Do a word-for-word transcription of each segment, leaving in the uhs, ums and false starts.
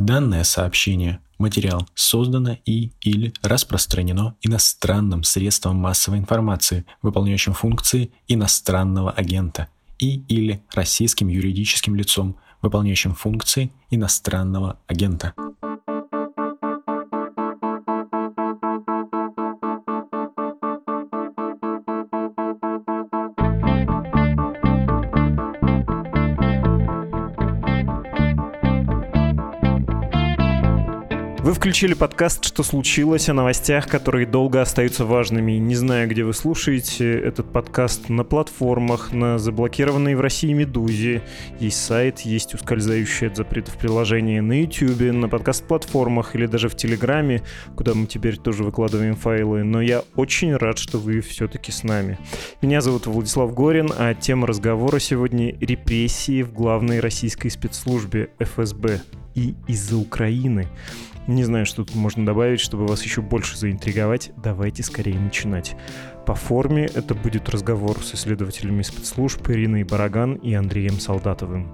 Данное сообщение, материал создано и или распространено иностранным средством массовой информации, выполняющим функции иностранного агента, и или российским юридическим лицом, выполняющим функции иностранного агента. Вы включили подкаст «Что случилось?» о новостях, которые долго остаются важными. Не знаю, где вы слушаете этот подкаст, на платформах, на заблокированной в России «Медузе». Есть сайт, есть ускользающее от запретов приложение на Ютубе, на подкаст-платформах или даже в Телеграме, куда мы теперь тоже выкладываем файлы. Но я очень рад, что вы все-таки с нами. Меня зовут Владислав Горин, а тема разговора сегодня — репрессии в главной российской спецслужбе эф эс бэ. И из-за Украины. Не знаю, что тут можно добавить, чтобы вас еще больше заинтриговать. Давайте скорее начинать. По форме это будет разговор с исследователями спецслужб Ириной Бараган и Андреем Солдатовым.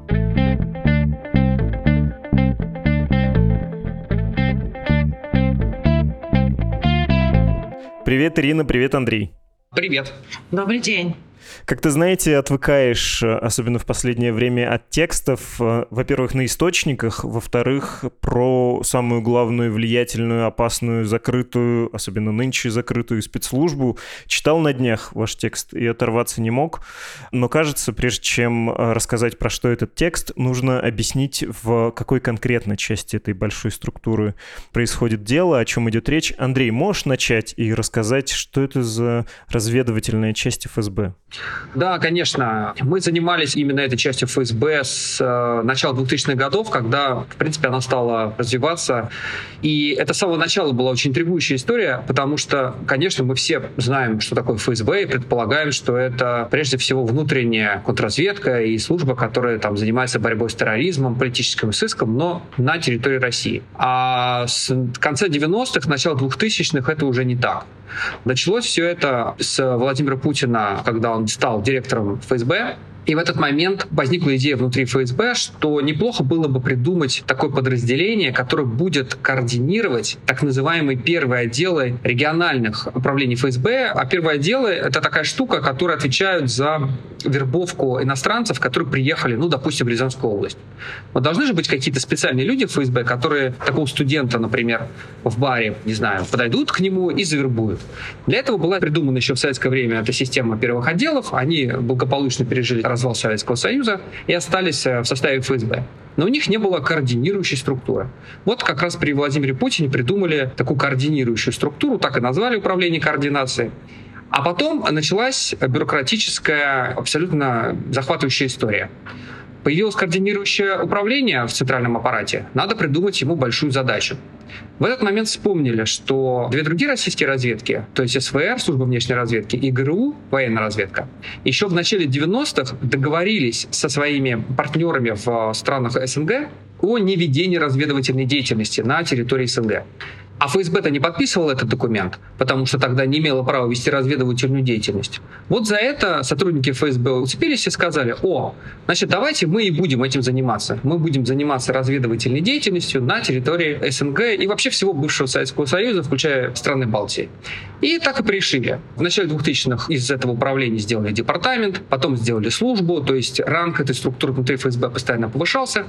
Привет, Ирина, привет, Андрей. Привет. Добрый день. Как ты знаете, отвыкаешь, особенно в последнее время, от текстов, во-первых, на источниках, во-вторых, про самую главную, влиятельную, опасную, закрытую, особенно нынче закрытую спецслужбу. Читал на днях ваш текст и оторваться не мог, но кажется, прежде чем рассказать, про что этот текст, нужно объяснить, в какой конкретно части этой большой структуры происходит дело, о чем идет речь. Андрей, можешь начать и рассказать, что это за разведывательная часть эф эс бэ? Да, конечно. Мы занимались именно этой частью эф эс бэ с э, начала двухтысячных годов, когда, в принципе, она стала развиваться. И это с самого начала была очень интригующая история, потому что, конечно, мы все знаем, что такое эф эс бэ, и предполагаем, что это прежде всего внутренняя контрразведка и служба, которая там занимается борьбой с терроризмом, политическим сыском, но на территории России. А с конца девяностых, начала двухтысячных это уже не так. Началось все это с Владимира Путина, когда он стал директором эф эс бэ. И в этот момент возникла идея внутри эф эс бэ, что неплохо было бы придумать такое подразделение, которое будет координировать так называемые первые отделы региональных управлений эф эс бэ. А первые отделы — это такая штука, которая отвечает за вербовку иностранцев, которые приехали, ну, допустим, в Рязанскую область. Вот должны же быть какие-то специальные люди в эф эс бэ, которые такого студента, например, в баре, не знаю, подойдут к нему и завербуют. Для этого была придумана еще в советское время эта система первых отделов. Они благополучно пережили развал Советского Союза и остались в составе эф эс бэ. Но у них не было координирующей структуры. Вот как раз при Владимире Путине придумали такую координирующую структуру, так и назвали управление координацией. А потом началась бюрократическая, абсолютно захватывающая история. Появилось координирующее управление в центральном аппарате, надо придумать ему большую задачу. В этот момент вспомнили, что две другие российские разведки, то есть эс вэ эр, служба внешней разведки, и гэ эр у, военная разведка, еще в начале девяностых договорились со своими партнерами в странах эс эн гэ о неведении разведывательной деятельности на территории эс эн гэ. А эф эс бэ-то не подписывал этот документ, потому что тогда не имела права вести разведывательную деятельность. Вот за это сотрудники эф эс бэ уцепились и сказали: о, значит, давайте мы и будем этим заниматься. Мы будем заниматься разведывательной деятельностью на территории эс эн гэ и вообще всего бывшего Советского Союза, включая страны Балтии. И так и порешили. В начале двухтысячных из этого управления сделали департамент, потом сделали службу, то есть ранг этой структуры внутри эф эс бэ постоянно повышался.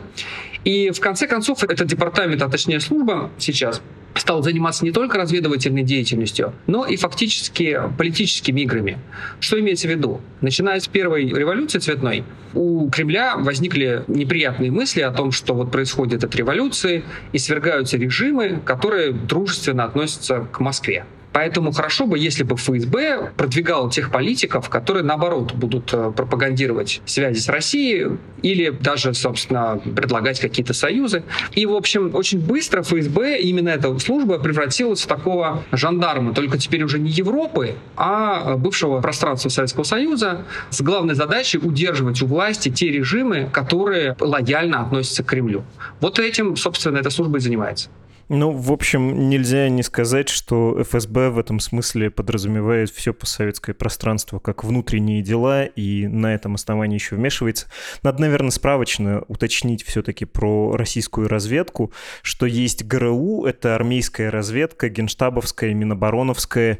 И в конце концов этот департамент, а точнее служба сейчас, стал заниматься не только разведывательной деятельностью, но и фактически политическими играми. Что имеется в виду? Начиная с первой революции цветной, у Кремля возникли неприятные мысли о том, что вот происходит от революции и свергаются режимы, которые дружественно относятся к Москве. Поэтому хорошо бы, если бы эф эс бэ продвигал тех политиков, которые, наоборот, будут пропагандировать связи с Россией или даже, собственно, предлагать какие-то союзы. И, в общем, очень быстро эф эс бэ, именно эта служба, превратилась в такого жандарма, только теперь уже не Европы, а бывшего пространства Советского Союза, с главной задачей удерживать у власти те режимы, которые лояльно относятся к Кремлю. Вот этим, собственно, эта служба и занимается. Ну, в общем, нельзя не сказать, что эф эс бэ в этом смысле подразумевает все постсоветское пространство как внутренние дела, и на этом основании еще вмешивается. Надо, наверное, справочно уточнить все-таки про российскую разведку, что есть гэ эр у, это армейская разведка, генштабовская, минобороновская.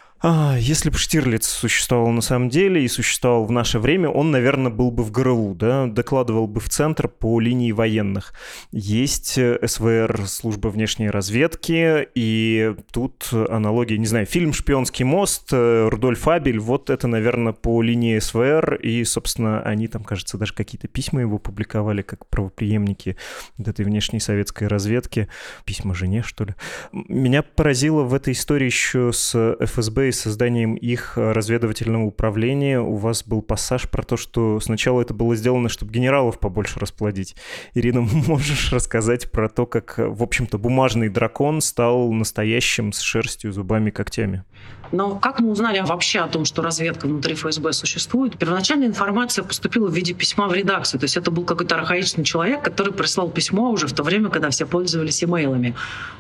А, если бы Штирлиц существовал на самом деле и существовал в наше время, он, наверное, был бы в гэ эр у, да, докладывал бы в центр по линии военных. Есть эс вэ эр, служба внешней разведки, и тут аналогия, не знаю, фильм «Шпионский мост», Рудольф Абель, вот это, наверное, по линии эс вэ эр, и, собственно, они там, кажется, даже какие-то письма его публиковали, как правопреемники вот этой внешней советской разведки. Письма жене, что ли. Меня поразило в этой истории еще с эф эс бэ и созданием их разведывательного управления. У вас был пассаж про то, что сначала это было сделано, чтобы генералов побольше расплодить. Ирина, можешь рассказать про то, как, в общем-то, бумажный дракон стал настоящим с шерстью, зубами, когтями? Но как мы узнали вообще о том, что разведка внутри эф эс бэ существует? Первоначальная информация поступила в виде письма в редакцию. То есть это был какой-то архаичный человек, который прислал письмо уже в то время, когда все пользовались имейлами.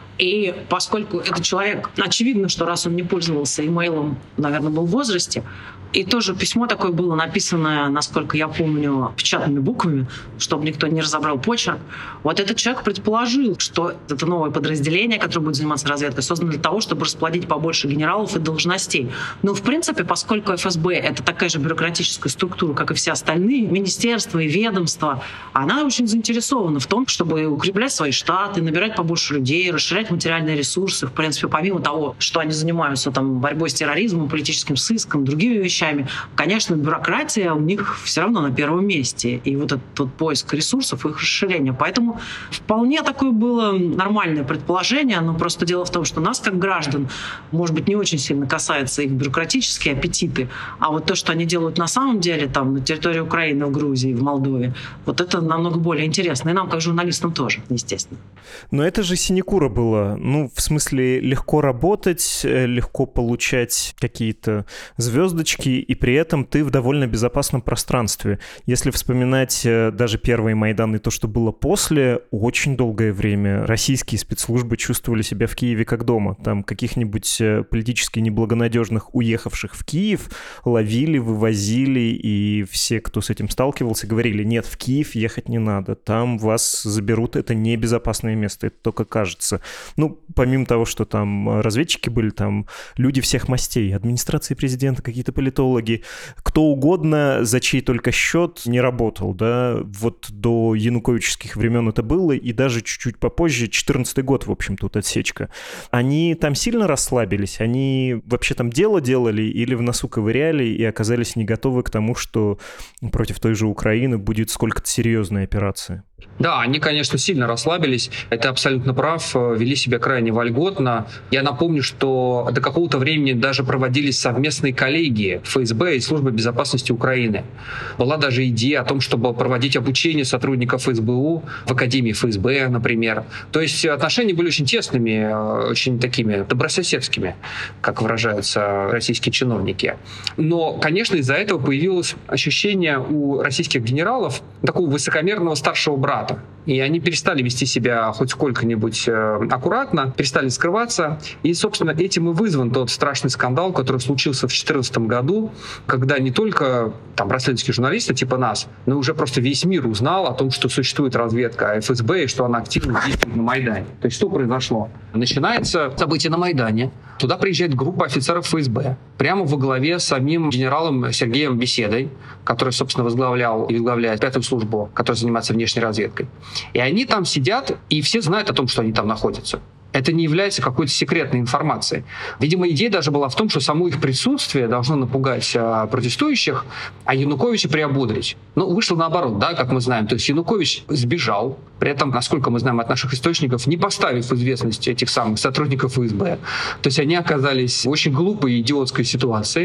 И поскольку этот человек, очевидно, что раз он не пользовался имейлом, наверное, был в возрасте, и тоже письмо такое было написано, насколько я помню, печатными буквами, чтобы никто не разобрал почерк. Вот этот человек предположил, что это новое подразделение, которое будет заниматься разведкой, создано для того, чтобы расплодить побольше генералов и должностей. Но, в принципе, поскольку эф эс бэ — это такая же бюрократическая структура, как и все остальные министерства и ведомства, она очень заинтересована в том, чтобы укреплять свои штаты, набирать побольше людей, расширять материальные ресурсы. В принципе, помимо того, что они занимаются там борьбой с терроризмом, политическим сыском, другими вещами, конечно, бюрократия у них все равно на первом месте. И вот этот вот поиск ресурсов, их расширение. Поэтому вполне такое было нормальное предположение. Но просто дело в том, что нас, как граждан, может быть, не очень сильно касается их бюрократические аппетиты. А вот то, что они делают на самом деле там на территории Украины, в Грузии, в Молдове, вот это намного более интересно. И нам, как журналистам, тоже, естественно. Но это же синекура была. Ну, в смысле, легко работать, легко получать какие-то звездочки, и при этом ты в довольно безопасном пространстве. Если вспоминать даже первый Майдан и то, что было после, очень долгое время российские спецслужбы чувствовали себя в Киеве как дома. Там каких-нибудь политически неблагонадежных уехавших в Киев ловили, вывозили, и все, кто с этим сталкивался, говорили: нет, в Киев ехать не надо, там вас заберут, это небезопасное место, это только кажется. Ну, помимо того, что там разведчики были, там люди всех мастей, администрации президента, какие-то политологи, кто угодно, за чей только счет не работал, да, вот до януковических времен это было, и даже чуть-чуть попозже, четырнадцатый год, в общем, тут отсечка. Они там сильно расслабились, они вообще там дело делали или в носу ковыряли и оказались не готовы к тому, что против той же Украины будет сколько-то серьезная операция? Да, они, конечно, сильно расслабились. Это абсолютно прав. Вели себя крайне вольготно. Я напомню, что до какого-то времени даже проводились совместные коллегии эф эс бэ и Службы безопасности Украины. Была даже идея о том, чтобы проводить обучение сотрудников эс бэ у в Академии эф эс бэ, например. То есть отношения были очень тесными, очень такими добрососедскими, как выражаются российские чиновники. Но, конечно, из-за этого появилось ощущение у российских генералов такого высокомерного старшего брата. И они перестали вести себя хоть сколько-нибудь э, аккуратно, перестали скрываться. И, собственно, этим и вызван тот страшный скандал, который случился в две тысячи четырнадцатом году, когда не только там расследовательские журналисты типа нас, но уже просто весь мир узнал о том, что существует разведка эф эс бэ и что она активно действует на Майдане. То есть что произошло? Начинается событие на Майдане. Туда приезжает группа офицеров эф эс бэ, прямо во главе с самим генералом Сергеем Беседой, который, собственно, возглавлял и возглавляет пятую службу, которая занимается внешней разведкой. И они там сидят, и все знают о том, что они там находятся. Это не является какой-то секретной информацией. Видимо, идея даже была в том, что само их присутствие должно напугать а, протестующих, а Януковича приободрить. Ну, вышло наоборот, да, как мы знаем. То есть Янукович сбежал, при этом, насколько мы знаем от наших источников, не поставив в известность этих самых сотрудников эф эс бэ. То есть они оказались в очень глупой и идиотской ситуации.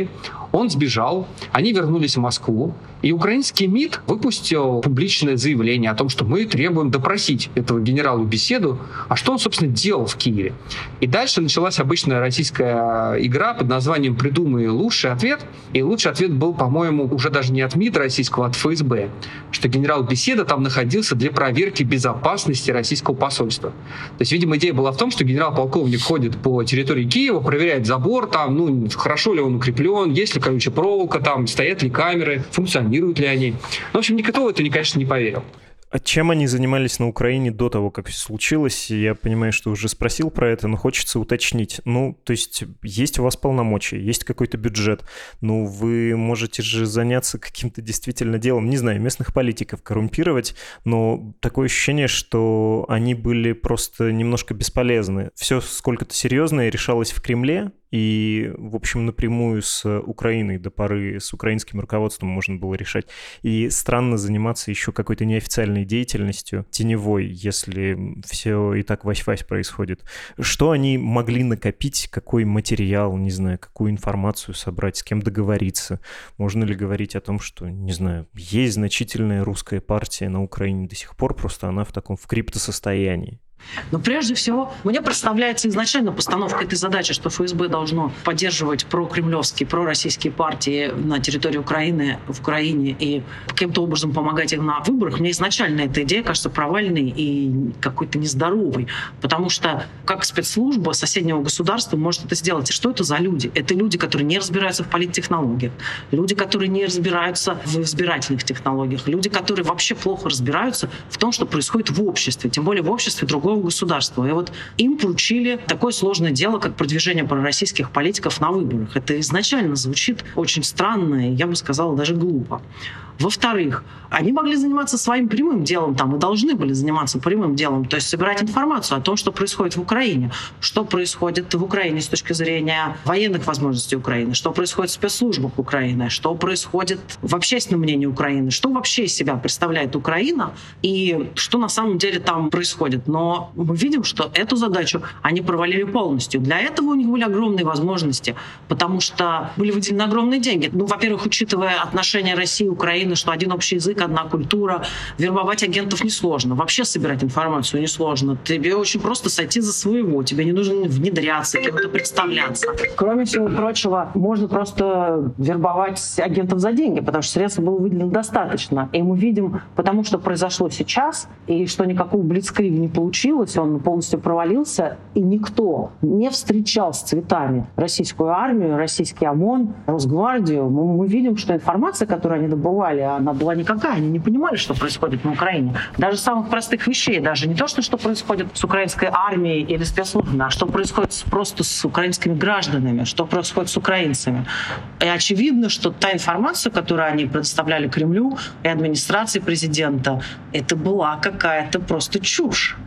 Он сбежал, они вернулись в Москву, и украинский МИД выпустил публичное заявление о том, что мы требуем допросить этого генерала Беседу, а что он, собственно, делал в Киеве. И дальше началась обычная российская игра под названием «Придумай лучший ответ». И лучший ответ был, по-моему, уже даже не от МИДа российского, а от эф эс бэ, что генерал Беседа там находился для проверки безопасности российского посольства. То есть, видимо, идея была в том, что генерал-полковник ходит по территории Киева, проверяет забор, там, ну, хорошо ли он укреплен, есть ли колючая проволока, там, стоят ли камеры, функционируют ли они. Ну, в общем, никто в это, конечно, не поверил. А чем они занимались на Украине до того, как все случилось? Я понимаю, что уже спросил про это, но хочется уточнить. Ну, то есть есть у вас полномочия, есть какой-то бюджет. Ну, вы можете же заняться каким-то действительно делом, не знаю, местных политиков коррумпировать, но такое ощущение, что они были просто немножко бесполезны. Все сколько-то серьезное решалось в Кремле, и, в общем, напрямую с Украиной до поры, с украинским руководством можно было решать. И странно заниматься еще какой-то неофициальной деятельностью, теневой, если все и так вась-вась происходит. Что они могли накопить, какой материал, не знаю, какую информацию собрать, с кем договориться? Можно ли говорить о том, что, не знаю, есть значительная русская партия на Украине до сих пор, просто она в таком в криптосостоянии? Но прежде всего, мне представляется изначально постановка этой задачи, что эф эс бэ должно поддерживать прокремлевские, пророссийские партии на территории Украины, в Украине и каким-то образом помогать им на выборах. Мне изначально эта идея кажется провальной и какой-то нездоровой, потому что как спецслужба соседнего государства может это сделать? И что это за люди? Это люди, которые не разбираются в политтехнологиях, люди, которые не разбираются в избирательных технологиях, люди, которые вообще плохо разбираются в том, что происходит в обществе, тем более в обществе другого государства. И вот им поручили такое сложное дело, как продвижение пророссийских политиков на выборах. Это изначально звучит очень странно, и я бы сказала, даже глупо. Во-вторых, они могли заниматься своим прямым делом там и должны были заниматься прямым делом, то есть собирать информацию о том, что происходит в Украине, что происходит в Украине с точки зрения военных возможностей Украины, что происходит в спецслужбах Украины, что происходит в общественном мнении Украины, что вообще из себя представляет Украина и что на самом деле там происходит. Но мы видим, что эту задачу они провалили полностью. Для этого у них были огромные возможности, потому что были выделены огромные деньги. Ну, во-первых, учитывая отношения России и Украины, что один общий язык, одна культура. Вербовать агентов несложно. Вообще собирать информацию несложно. Тебе очень просто сойти за своего. Тебе не нужно внедряться, кем-то представляться. Кроме всего прочего, можно просто вербовать агентов за деньги, потому что средств было выделено достаточно. И мы видим, потому что произошло сейчас, и что никакого блицкрига не получилось, он полностью провалился, и никто не встречал с цветами российскую армию, российский ОМОН, Росгвардию. Мы, мы видим, что информация, которую они добывали, она была никакая. Они не понимали, что происходит на Украине. Даже самых простых вещей. Даже не то, что, что происходит с украинской армией или спецслужбами, а что происходит с, просто с украинскими гражданами, что происходит с украинцами. И очевидно, что та информация, которую они предоставляли Кремлю и администрации президента, это была какая-то просто чушь.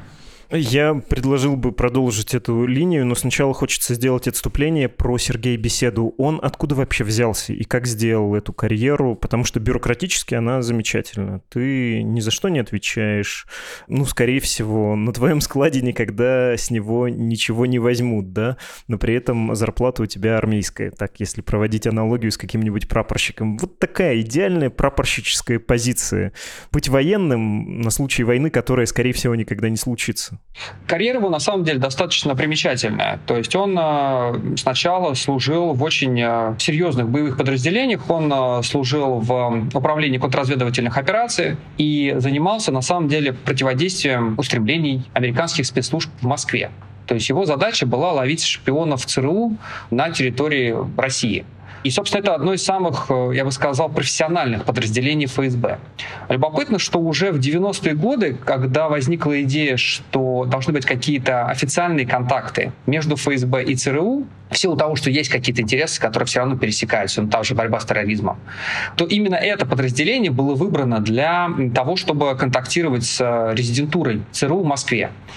Я предложил бы продолжить эту линию, но сначала хочется сделать отступление про Сергея Беседу. Он откуда вообще взялся и как сделал эту карьеру? Потому что бюрократически она замечательна. Ты ни за что не отвечаешь. Ну, скорее всего, на твоем складе никогда с него ничего не возьмут, да? Но при этом зарплата у тебя армейская. Так, если проводить аналогию с каким-нибудь прапорщиком. Вот такая идеальная прапорщическая позиция. Быть военным на случай войны, которая, скорее всего, никогда не случится. Карьера его на самом деле достаточно примечательная. То есть он э, сначала служил в очень э, серьезных боевых подразделениях. Он э, служил в управлении контрразведывательных операций и занимался на самом деле противодействием устремлений американских спецслужб в Москве. То есть его задача была ловить шпионов ЦРУ на территории России. И, собственно, это одно из самых, я бы сказал, профессиональных подразделений эф эс бэ. Любопытно, что уже в девяностые годы, когда возникла идея, что должны быть какие-то официальные контакты между эф эс бэ и ЦРУ, в силу того, что есть какие-то интересы, которые все равно пересекаются, ну, та же борьба с терроризмом, то именно это подразделение было выбрано для того, чтобы контактировать с резидентурой ЦРУ в Москве.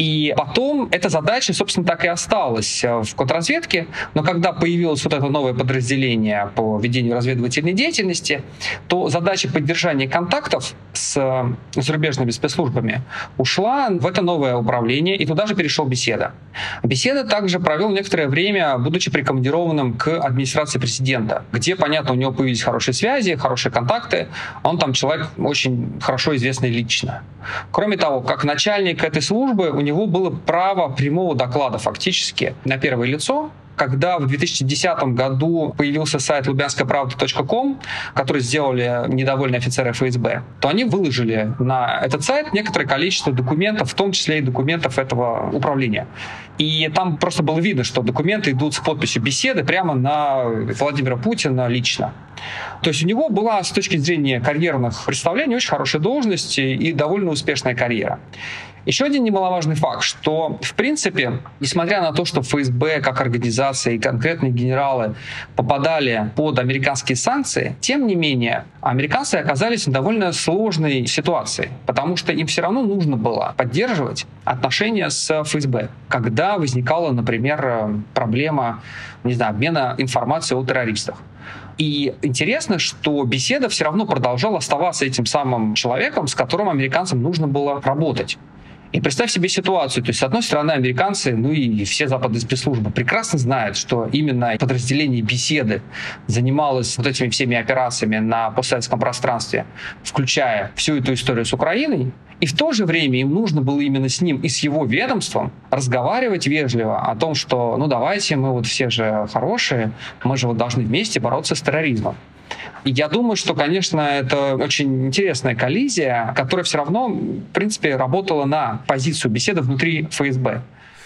И потом эта задача, собственно, так и осталась в контрразведке, но когда появилось вот это новое подразделение по ведению разведывательной деятельности, то задача поддержания контактов с зарубежными спецслужбами ушла в это новое управление, и туда же перешел Беседа. Беседа также провел некоторое время, будучи прикомандированным к администрации президента, где, понятно, у него появились хорошие связи, хорошие контакты, он там человек очень хорошо известный лично. Кроме того, как начальник этой службы, у него было право прямого доклада фактически на первое лицо. Когда в две тысячи десятом году появился сайт лубянская правда точка ком, который сделали недовольные офицеры эф эс бэ, то они выложили на этот сайт некоторое количество документов, в том числе и документов этого управления. И там просто было видно, что документы идут с подписью Беседы прямо на Владимира Путина лично. То есть у него была с точки зрения карьерных представлений очень хорошая должность и довольно успешная карьера. Еще один немаловажный факт, что, в принципе, несмотря на то, что эф эс бэ как организация и конкретные генералы попадали под американские санкции, тем не менее, американцы оказались в довольно сложной ситуации, потому что им все равно нужно было поддерживать отношения с эф эс бэ, когда возникала, например, проблема, не знаю, обмена информацией о террористах. И интересно, что Беседа все равно продолжал оставаться этим самым человеком, с которым американцам нужно было работать. И представь себе ситуацию. То есть, с одной стороны, американцы, ну и все западные спецслужбы прекрасно знают, что именно подразделение Беседы занималось вот этими всеми операциями на постсоветском пространстве, включая всю эту историю с Украиной. И в то же время им нужно было именно с ним и с его ведомством разговаривать вежливо о том, что ну давайте, мы вот все же хорошие, мы же вот должны вместе бороться с терроризмом. И я думаю, что, конечно, это очень интересная коллизия, которая все равно, в принципе, работала на позицию Беседы внутри эф эс бэ.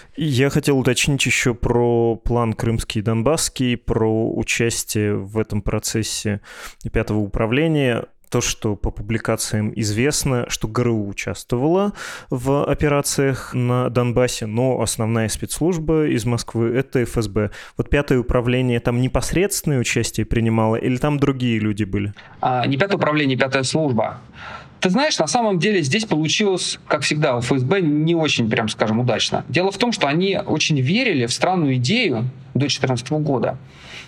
Я хотел уточнить еще про план Крымский и Донбасский, про участие в этом процессе пятого управления. То, что по публикациям известно, что гэ эр у участвовала в операциях на Донбассе, но основная спецслужба из Москвы — это эф эс бэ. Вот пятое управление там непосредственное участие принимало или там другие люди были? А, не пятое управление, пятая служба. Ты знаешь, на самом деле здесь получилось, как всегда, у эф эс бэ не очень, прям скажем, удачно. Дело в том, что они очень верили в странную идею до две тысячи четырнадцатого года,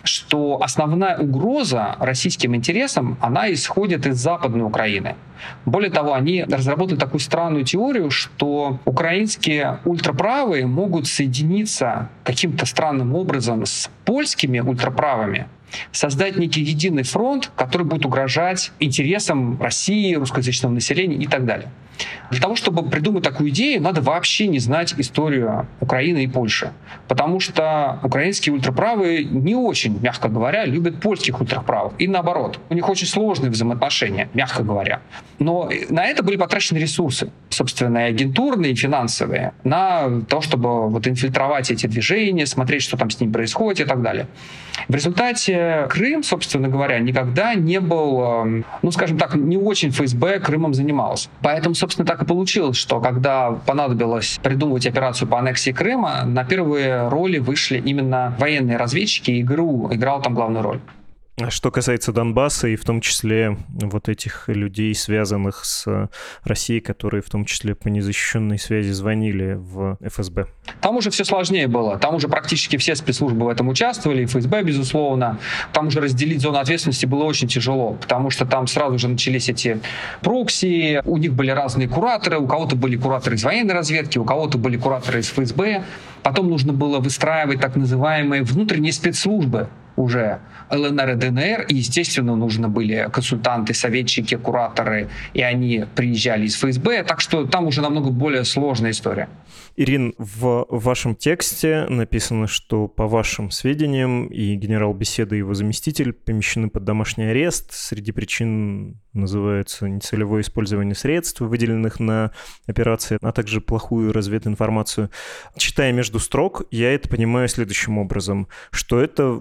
что основная угроза российским интересам, она исходит из Западной Украины. Более того, они разработали такую странную теорию, что украинские ультраправые могут соединиться каким-то странным образом с польскими ультраправыми, создать некий единый фронт, который будет угрожать интересам России, русскоязычного населения и так далее. Для того, чтобы придумать такую идею, надо вообще не знать историю Украины и Польши. Потому что украинские ультраправые не очень, мягко говоря, любят польских ультраправых. И наоборот. У них очень сложные взаимоотношения, мягко говоря. Но на это были потрачены ресурсы, собственно, и агентурные, и финансовые, на то, чтобы вот инфильтровать эти движения, смотреть, что там с ними происходит и так далее. В результате Крым, собственно говоря, никогда не был, ну, скажем так, не очень эф эс бэ Крымом занимался. Поэтому, собственно, так и получилось, что когда понадобилось придумывать операцию по аннексии Крыма, на первые роли вышли именно военные разведчики, и гэ эр у играл там главную роль. Что касается Донбасса и в том числе вот этих людей, связанных с Россией, которые в том числе по незащищенной связи звонили в эф эс бэ. Там уже все сложнее было. Там уже практически все спецслужбы в этом участвовали, эф эс бэ, безусловно. Там уже разделить зону ответственности было очень тяжело, потому что там сразу же начались эти прокси, у них были разные кураторы, у кого-то были кураторы из военной разведки, у кого-то были кураторы из эф эс бэ. Потом нужно было выстраивать так называемые внутренние спецслужбы, уже эл эн эр и дэ эн эр, и, естественно, нужны были консультанты, советчики, кураторы, и они приезжали из эф эс бэ, так что там уже намного более сложная история. Ирин, в вашем тексте написано, что, по вашим сведениям, и генерал Беседа, и его заместитель помещены под домашний арест. Среди причин называется нецелевое использование средств, выделенных на операции, а также плохую развединформацию. Читая между строк, я это понимаю следующим образом, что это к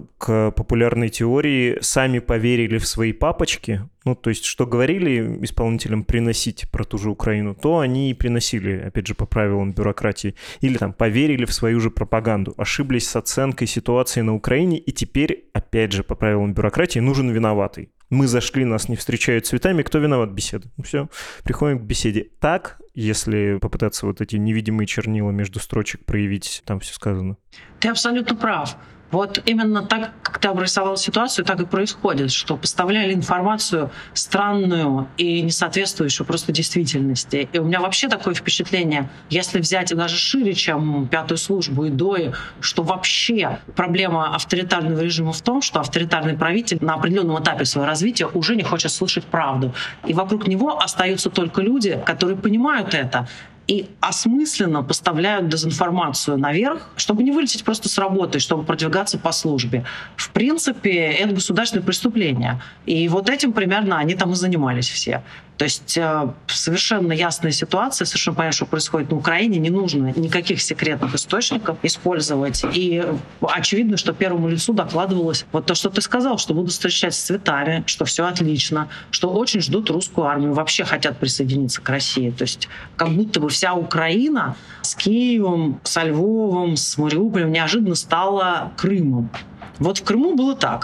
по популярной теории сами поверили в свои папочки. Ну, то есть, что говорили исполнителям приносить про ту же Украину, то они и приносили, опять же, по правилам бюрократии. Или там поверили в свою же пропаганду, ошиблись с оценкой ситуации на Украине, и теперь, опять же, по правилам бюрократии, нужен виноватый. Мы зашли, нас не встречают цветами, кто виноват? Беседа. Ну, все, приходим к беседе. Так, если попытаться вот эти невидимые чернила между строчек проявить, там все сказано. Ты абсолютно прав. Вот именно так, как ты обрисовал ситуацию, так и происходит, что поставляли информацию странную и не соответствующую просто действительности. И у меня вообще такое впечатление, если взять даже шире, чем пятую службу и ДОИ, что вообще проблема авторитарного режима в том, что авторитарный правитель на определенном этапе своего развития уже не хочет слышать правду. И вокруг него остаются только люди, которые понимают это, и осмысленно поставляют дезинформацию наверх, чтобы не вылететь просто с работы, чтобы продвигаться по службе. В принципе, это государственное преступление. И вот этим примерно они там и занимались все. То есть э, совершенно ясная ситуация, совершенно понятно, что происходит на Украине, не нужно никаких секретных источников использовать. И очевидно, что первому лицу докладывалось вот то, что ты сказал, что будут встречать с цветами, что все отлично, что очень ждут русскую армию, вообще хотят присоединиться к России. То есть как будто бы вся Украина с Киевом, со Львовом, с Мариуполем неожиданно стала Крымом. Вот в Крыму было так.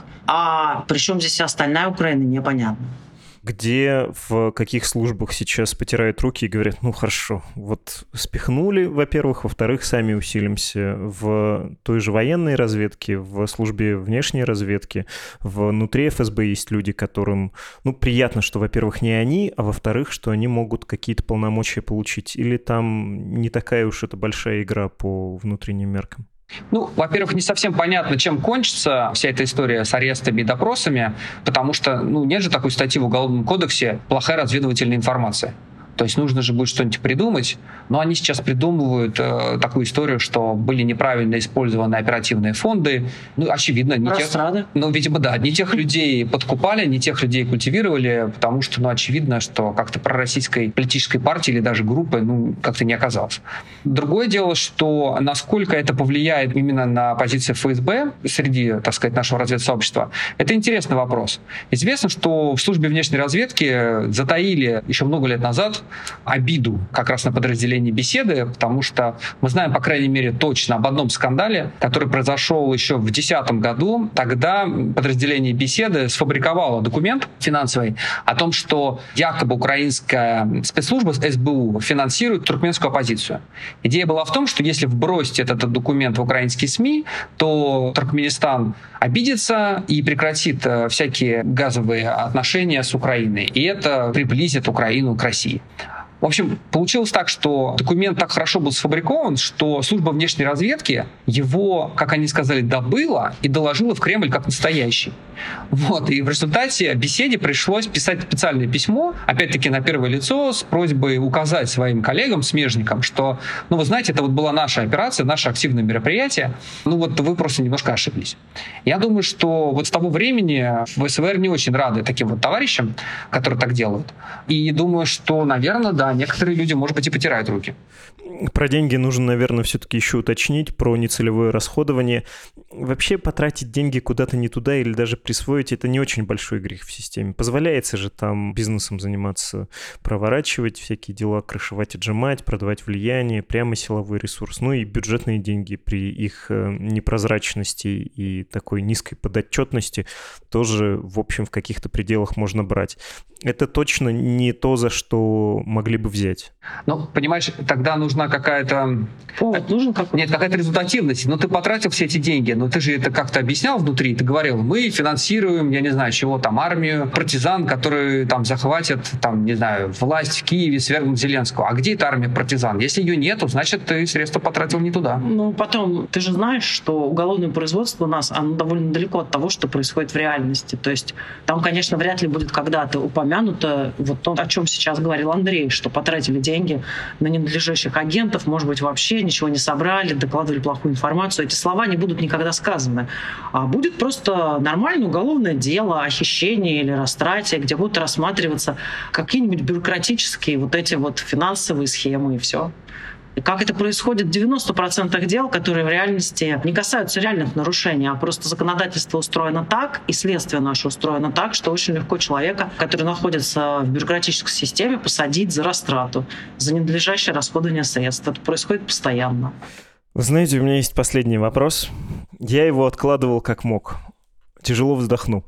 А при чем здесь вся остальная Украина, непонятно. Где, в каких службах сейчас потирают руки и говорят, ну хорошо, вот спихнули, во-первых, во-вторых, сами усилимся в той же военной разведке, в службе внешней разведки, внутри эф эс бэ есть люди, которым, ну, приятно, что, во-первых, не они, а во-вторых, что они могут какие-то полномочия получить, или там не такая уж это большая игра по внутренним меркам? Ну, во-первых, не совсем понятно, чем кончится вся эта история с арестами и допросами, потому что, ну, нет же такой статьи в Уголовном кодексе «плохая разведывательная информация». То есть нужно же будет что-нибудь придумать, но они сейчас придумывают э, такую историю, что были неправильно использованы оперативные фонды. Ну, очевидно, не тех, ну, видимо, да, не тех людей подкупали, не тех людей культивировали, потому что, ну, очевидно, что как-то пророссийской политической партии или даже группы, ну, как-то не оказалось. Другое дело, что насколько это повлияет именно на позиции эф эс бэ среди, так сказать, нашего разведсообщества, это интересный вопрос. Известно, что в службе внешней разведки затаили еще много лет назад обиду как раз на подразделение «Беседы», потому что мы знаем, по крайней мере, точно об одном скандале, который произошел еще в две тысячи десятом году. Тогда подразделение «Беседы» сфабриковало документ финансовый о том, что якобы украинская спецслужба эс бэ у финансирует туркменскую оппозицию. Идея была в том, что если вбросить этот документ в украинские СМИ, то Туркменистан обидится и прекратит всякие газовые отношения с Украиной. И это приблизит Украину к России. В общем, получилось так, что документ так хорошо был сфабрикован, что служба внешней разведки его, как они сказали, добыла и доложила в Кремль как настоящий. Вот. И в результате «Беседе» пришлось писать специальное письмо, опять-таки на первое лицо, с просьбой указать своим коллегам, смежникам, что, ну, вы знаете, это вот была наша операция, наше активное мероприятие, ну вот вы просто немножко ошиблись. Я думаю, что вот с того времени в эс вэ эр не очень рады таким вот товарищам, которые так делают. И думаю, что, наверное, да, некоторые люди, может быть, и потирают руки. Про деньги нужно, наверное, все-таки еще уточнить, про нецелевое расходование. Вообще потратить деньги куда-то не туда или даже присвоить — это не очень большой грех в системе. Позволяется же там бизнесом заниматься, проворачивать всякие дела, крышевать, отжимать, продавать влияние, прямо силовой ресурс. Ну и бюджетные деньги при их непрозрачности и такой низкой подотчетности тоже, в общем, в каких-то пределах можно брать. Это точно не то, за что могли бы взять. Ну, понимаешь, тогда нужна какая-то... Повод нужен какой-то? Нет, какая-то результативность. Но ты потратил все эти деньги, но ты же это как-то объяснял внутри, ты говорил, мы финансируем, я не знаю, чего там, армию, партизан, которые там захватят, там, не знаю, власть в Киеве, свергнут Зеленского. А где эта армия партизан? Если ее нету, значит, ты средства потратил не туда. Ну, потом, ты же знаешь, что уголовное производство у нас, оно довольно далеко от того, что происходит в реальности. То есть там, конечно, вряд ли будет когда-то упомянуто вот то, о чем сейчас говорил Андрей, что потратили деньги на ненадлежащих агентов, может быть, вообще ничего не собрали, докладывали плохую информацию. Эти слова не будут никогда сказаны. А будет просто нормальное уголовное дело о хищении или растрате, где будут рассматриваться какие-нибудь бюрократические вот эти вот финансовые схемы и все. И как это происходит в девяноста процентах дел, которые в реальности не касаются реальных нарушений, а просто законодательство устроено так, и следствие наше устроено так, что очень легко человека, который находится в бюрократической системе, посадить за растрату, за ненадлежащее расходование средств. Это происходит постоянно. Вы знаете, у меня есть последний вопрос. Я его откладывал как мог. Тяжело вздохну.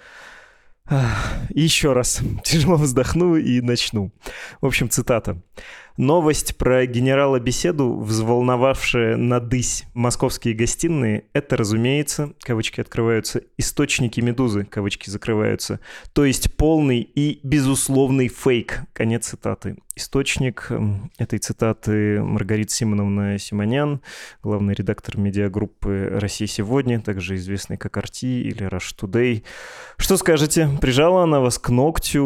И еще раз. Тяжело вздохну и начну. В общем, цитата. Новость про генерала Беседу, взволновавшая надысь московские гостиные, это, разумеется, кавычки открываются, источники «Медузы», кавычки закрываются, то есть полный и безусловный фейк. Конец цитаты. Источник этой цитаты Маргарита Симоновна Симонян, главный редактор медиагруппы «Россия сегодня», также известный как эр ти или Rush Today. Что скажете? Прижала она вас к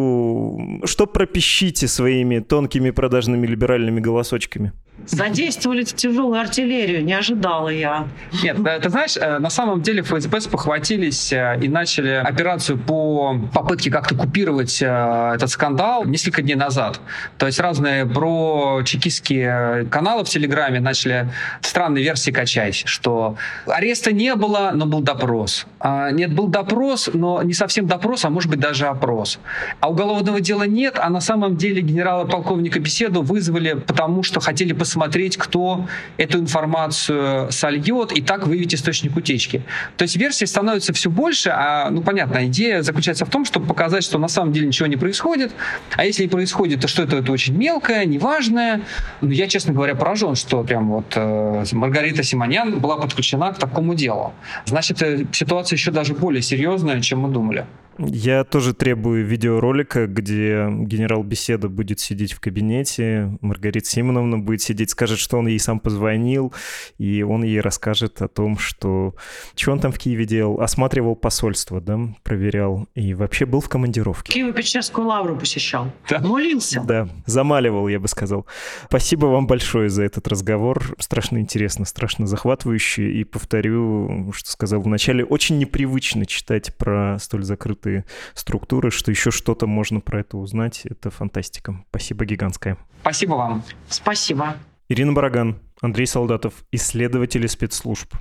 ногтю? Что пропищите своими тонкими продажными либеральными голосочками? Задействовали тяжелую артиллерию, не ожидала я. Нет, ты знаешь, на самом деле эф эс бэ спохватились и начали операцию по попытке как-то купировать этот скандал несколько дней назад. То есть разные про-чекистские каналы в Телеграме начали странные версии качать, что ареста не было, но был допрос. Нет, был допрос, но не совсем допрос, а может быть даже опрос. А уголовного дела нет, а на самом деле генерала-полковника Беседу вызвали, потому что хотели посмотреть, смотреть, кто эту информацию сольет, и так выявить источник утечки. То есть версий становится все больше, а, ну, понятно, идея заключается в том, чтобы показать, что на самом деле ничего не происходит, а если и происходит, то что это, это очень мелкое, неважное. Ну, я, честно говоря, поражен, что прям вот э, Маргарита Симонян была подключена к такому делу. Значит, ситуация еще даже более серьезная, чем мы думали. Я тоже требую видеоролика, где генерал Беседа будет сидеть в кабинете, Маргарита Симоновна будет сидеть, скажет, что он ей сам позвонил, и он ей расскажет о том, что... Что он там в Киеве делал? Осматривал посольство, да, проверял, и вообще был в командировке. Киево-Печерскую лавру посещал. Да. Молился. Да, замаливал, я бы сказал. Спасибо вам большое за этот разговор. Страшно интересно, страшно захватывающе, и повторю, что сказал вначале, очень непривычно читать про столь закрытые структуры, что еще что-то можно про это узнать. Это фантастика. Спасибо гигантское. Спасибо вам. Спасибо. Ирина Бараган, Андрей Солдатов, исследователи спецслужб.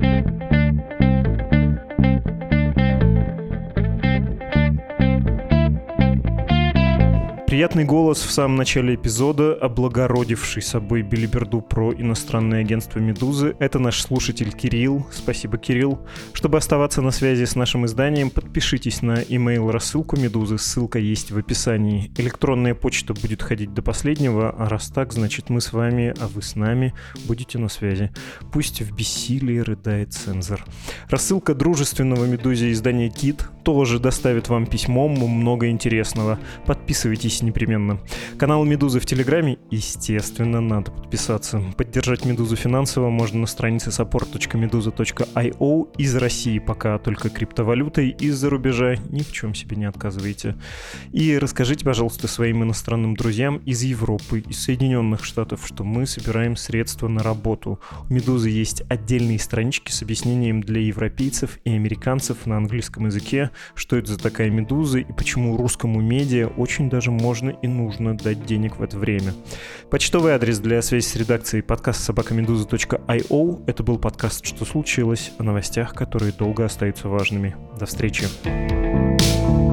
Приятный голос в самом начале эпизода, облагородивший собой белиберду про иностранное агентство «Медузы». Это наш слушатель Кирилл. Спасибо, Кирилл. Чтобы оставаться на связи с нашим изданием, подпишитесь на email-рассылку «Медузы». Ссылка есть в описании. Электронная почта будет ходить до последнего, а раз так, значит мы с вами, а вы с нами будете на связи. Пусть в бессилии рыдает цензор. Рассылка дружественного «Медузе» издания «Кит» тоже доставит вам письмом много интересного. Подписывайтесь непременно. Канал «Медузы» в Телеграме, естественно, надо подписаться. Поддержать «Медузу» финансово можно на странице support точка meduza точка io. Из России пока только криптовалютой, из-за рубежа ни в чем себе не отказывайте. И расскажите, пожалуйста, своим иностранным друзьям из Европы, из Соединенных Штатов, что мы собираем средства на работу. У «Медузы» есть отдельные странички с объяснением для европейцев и американцев на английском языке, что это за такая «Медуза» и почему русскому медиа очень даже можно можно и нужно дать денег в это время. Почтовый адрес для связи с редакцией — подкаст собака медуза точка io. Это был подкаст «Что случилось?» о новостях, которые долго остаются важными. До встречи.